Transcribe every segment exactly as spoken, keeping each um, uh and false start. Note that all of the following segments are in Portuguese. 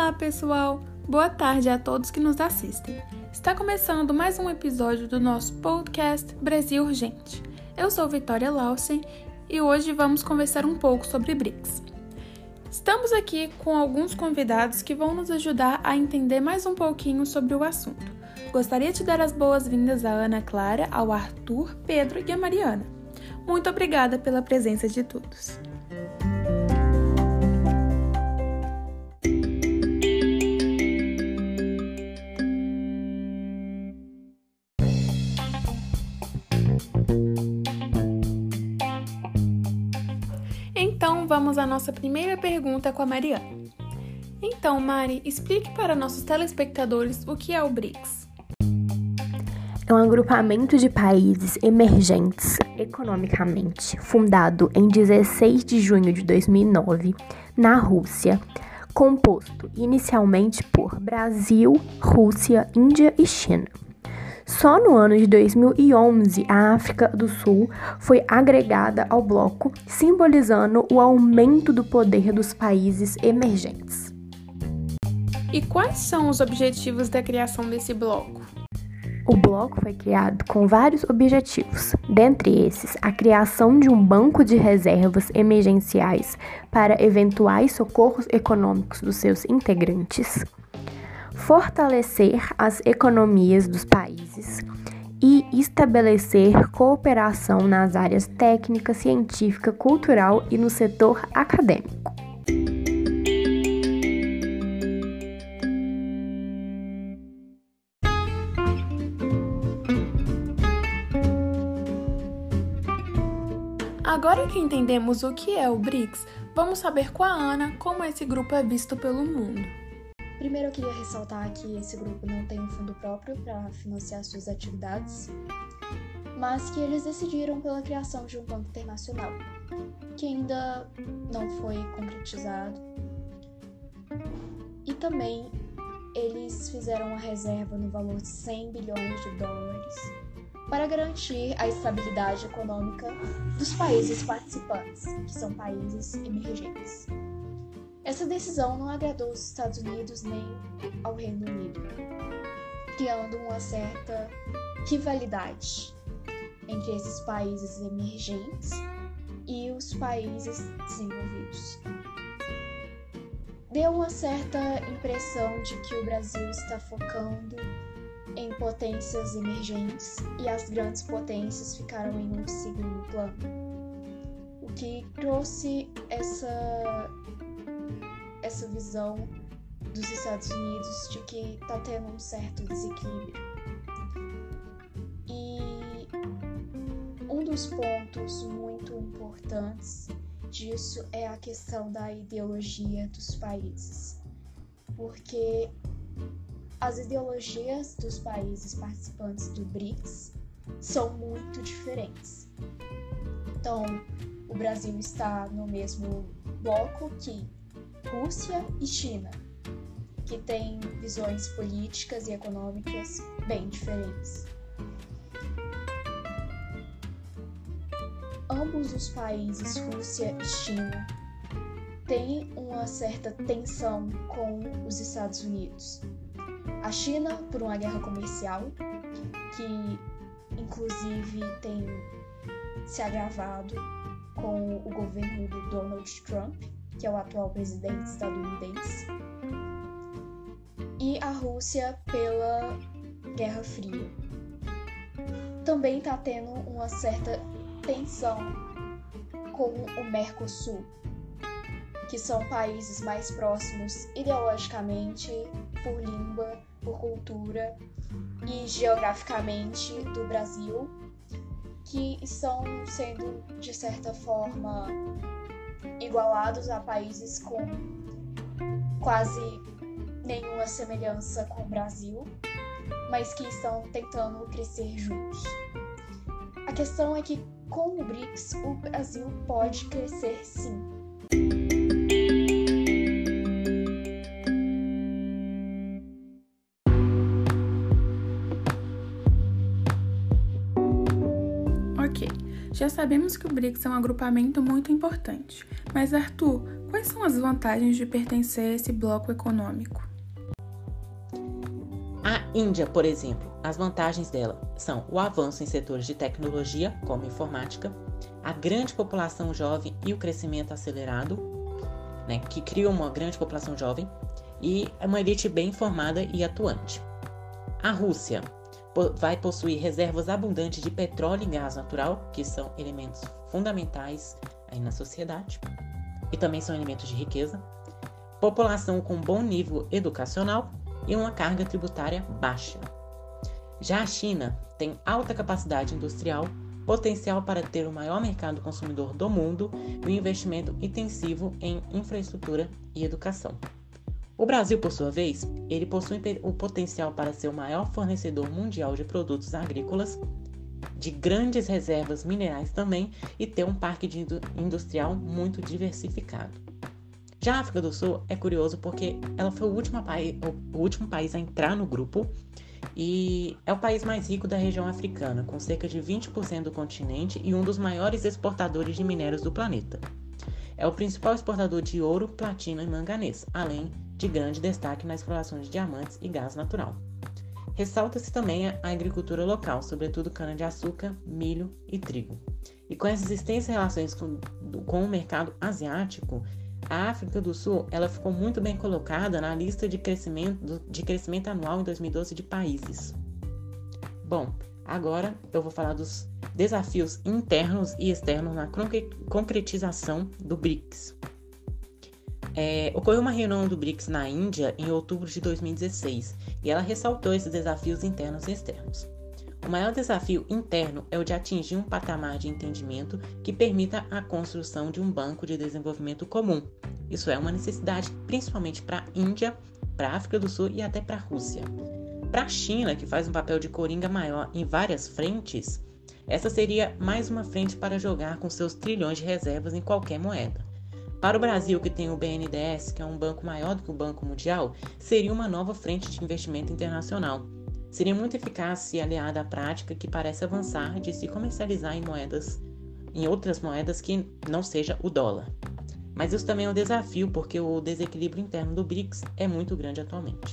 Olá, pessoal! Boa tarde a todos que nos assistem. Está começando mais um episódio do nosso podcast Brasil Urgente. Eu sou Vitória Lausen e hoje vamos conversar um pouco sobre B R I C S. Estamos aqui com alguns convidados que vão nos ajudar a entender mais um pouquinho sobre o assunto. Gostaria de dar as boas-vindas à Ana Clara, ao Arthur, Pedro e à Mariana. Muito obrigada pela presença de todos. Então, vamos à nossa primeira pergunta com a Mariana. Então, Mari, explique para nossos telespectadores o que é o B R I C S. É um agrupamento de países emergentes economicamente, fundado em dezesseis de junho de dois mil e nove, na Rússia, composto inicialmente por Brasil, Rússia, Índia e China. Só no ano de dois mil e onze, a África do Sul foi agregada ao bloco, simbolizando o aumento do poder dos países emergentes. E quais são os objetivos da criação desse bloco? O bloco foi criado com vários objetivos, dentre esses, a criação de um banco de reservas emergenciais para eventuais socorros econômicos dos seus integrantes, fortalecer as economias dos países e estabelecer cooperação nas áreas técnica, científica, cultural e no setor acadêmico. Agora que entendemos o que é o B R I C S, vamos saber com a Ana como esse grupo é visto pelo mundo. Primeiro, eu queria ressaltar que esse grupo não tem um fundo próprio para financiar suas atividades, mas que eles decidiram pela criação de um banco internacional, que ainda não foi concretizado. E também eles fizeram uma reserva no valor de cem bilhões de dólares para garantir a estabilidade econômica dos países participantes, que são países emergentes. Essa decisão não agradou os Estados Unidos nem ao Reino Unido, criando uma certa rivalidade entre esses países emergentes e os países desenvolvidos. Deu uma certa impressão de que o Brasil está focando em potências emergentes e as grandes potências ficaram em um segundo plano, o que trouxe essa essa visão dos Estados Unidos de que está tendo um certo desequilíbrio. E um dos pontos muito importantes disso é a questão da ideologia dos países, porque as ideologias dos países participantes do B R I C S são muito diferentes. Então, o Brasil está no mesmo bloco que Rússia e China, que têm visões políticas e econômicas bem diferentes. Ambos os países, Rússia e China, têm uma certa tensão com os Estados Unidos. A China, por uma guerra comercial, que inclusive tem se agravado com o governo do Donald Trump, que é o atual presidente estadunidense, e a Rússia pela Guerra Fria. Também está tendo uma certa tensão com o Mercosul, que são países mais próximos ideologicamente, por língua, por cultura e geograficamente do Brasil, que estão sendo, de certa forma, igualados a países com quase nenhuma semelhança com o Brasil, mas que estão tentando crescer juntos. A questão é que, com o B R I C S, o Brasil pode crescer sim. Ok, Já sabemos que o BRICS é um agrupamento muito importante, mas Arthur, quais são as vantagens de pertencer a esse bloco econômico? A Índia, por exemplo, as vantagens dela são o avanço em setores de tecnologia, como informática, a grande população jovem e o crescimento acelerado, né, que cria uma grande população jovem, e uma elite bem formada e atuante. A Rússia vai possuir reservas abundantes de petróleo e gás natural, que são elementos fundamentais aí na sociedade, e também são elementos de riqueza, população com bom nível educacional e uma carga tributária baixa. Já a China tem alta capacidade industrial, potencial para ter o maior mercado consumidor do mundo e um investimento intensivo em infraestrutura e educação. O Brasil, por sua vez, ele possui o potencial para ser o maior fornecedor mundial de produtos agrícolas, de grandes reservas minerais também, e ter um parque de industrial muito diversificado. Já a África do Sul é curioso porque ela foi o último, pai, o último país a entrar no grupo e é o país mais rico da região africana, com cerca de vinte por cento do continente e um dos maiores exportadores de minérios do planeta. É o principal exportador de ouro, platina e manganês, além de grande destaque na exploração de diamantes e gás natural. Ressalta-se também a agricultura local, sobretudo cana-de-açúcar, milho e trigo. E com essas extensas relações com, com o mercado asiático, a África do Sul ela ficou muito bem colocada na lista de crescimento, de crescimento anual em dois mil e doze de países. Bom, agora eu vou falar dos desafios internos e externos na concretização do BRICS. É, ocorreu uma reunião do BRICS na Índia em outubro de dois mil e dezesseis e ela ressaltou esses desafios internos e externos. O maior desafio interno é o de atingir um patamar de entendimento que permita a construção de um banco de desenvolvimento comum. Isso é uma necessidade principalmente para a Índia, para a África do Sul e até para a Rússia. Para a China, que faz um papel de coringa maior em várias frentes, essa seria mais uma frente para jogar com seus trilhões de reservas em qualquer moeda. Para o Brasil, que tem o B N D E S, que é um banco maior do que o Banco Mundial, seria uma nova frente de investimento internacional. Seria muito eficaz se aliada à prática que parece avançar de se comercializar em moedas, em outras moedas que não seja o dólar. Mas isso também é um desafio, porque o desequilíbrio interno do BRICS é muito grande atualmente.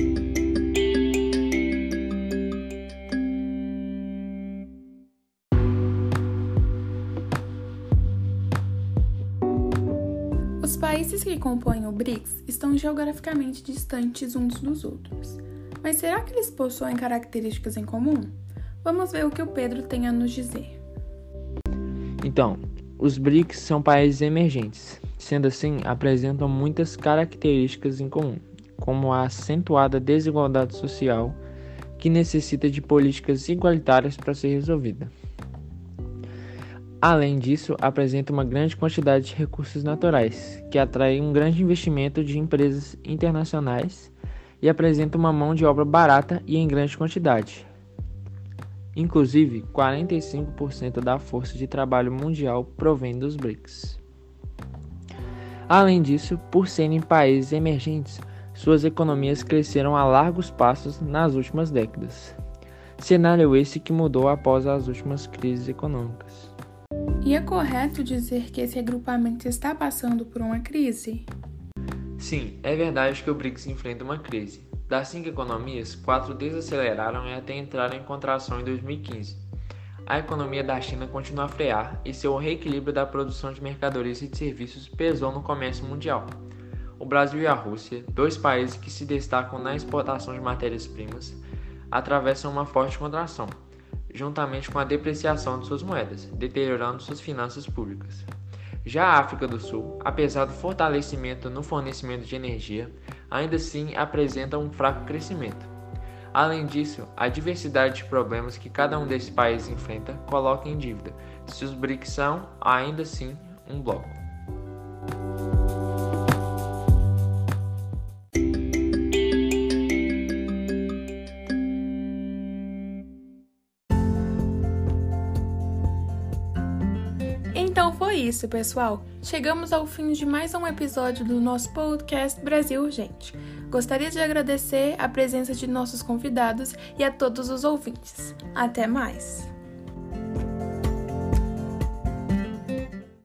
Os países que compõem o BRICS estão geograficamente distantes uns dos outros. Mas será que eles possuem características em comum? Vamos ver o que o Pedro tem a nos dizer. Então, os BRICS são países emergentes, sendo assim, apresentam muitas características em comum, como a acentuada desigualdade social, que necessita de políticas igualitárias para ser resolvida. Além disso, apresenta uma grande quantidade de recursos naturais, que atrai um grande investimento de empresas internacionais e apresenta uma mão de obra barata e em grande quantidade. Inclusive, quarenta e cinco por cento da força de trabalho mundial provém dos BRICS. Além disso, por serem países emergentes, suas economias cresceram a largos passos nas últimas décadas. Cenário esse que mudou após as últimas crises econômicas. E é correto dizer que esse agrupamento está passando por uma crise? Sim, é verdade que o BRICS enfrenta uma crise. Das cinco economias, quatro desaceleraram e até entraram em contração em dois mil e quinze. A economia da China continua a frear e seu reequilíbrio da produção de mercadorias e de serviços pesou no comércio mundial. O Brasil e a Rússia, dois países que se destacam na exportação de matérias-primas, atravessam uma forte contração, juntamente com a depreciação de suas moedas, deteriorando suas finanças públicas. Já a África do Sul, apesar do fortalecimento no fornecimento de energia, ainda assim apresenta um fraco crescimento. Além disso, a diversidade de problemas que cada um desses países enfrenta coloca em dívida se os BRICS são, ainda assim, um bloco. Então foi isso, pessoal. Chegamos ao fim de mais um episódio do nosso podcast Brasil Urgente. Gostaria de agradecer a presença de nossos convidados e a todos os ouvintes. Até mais!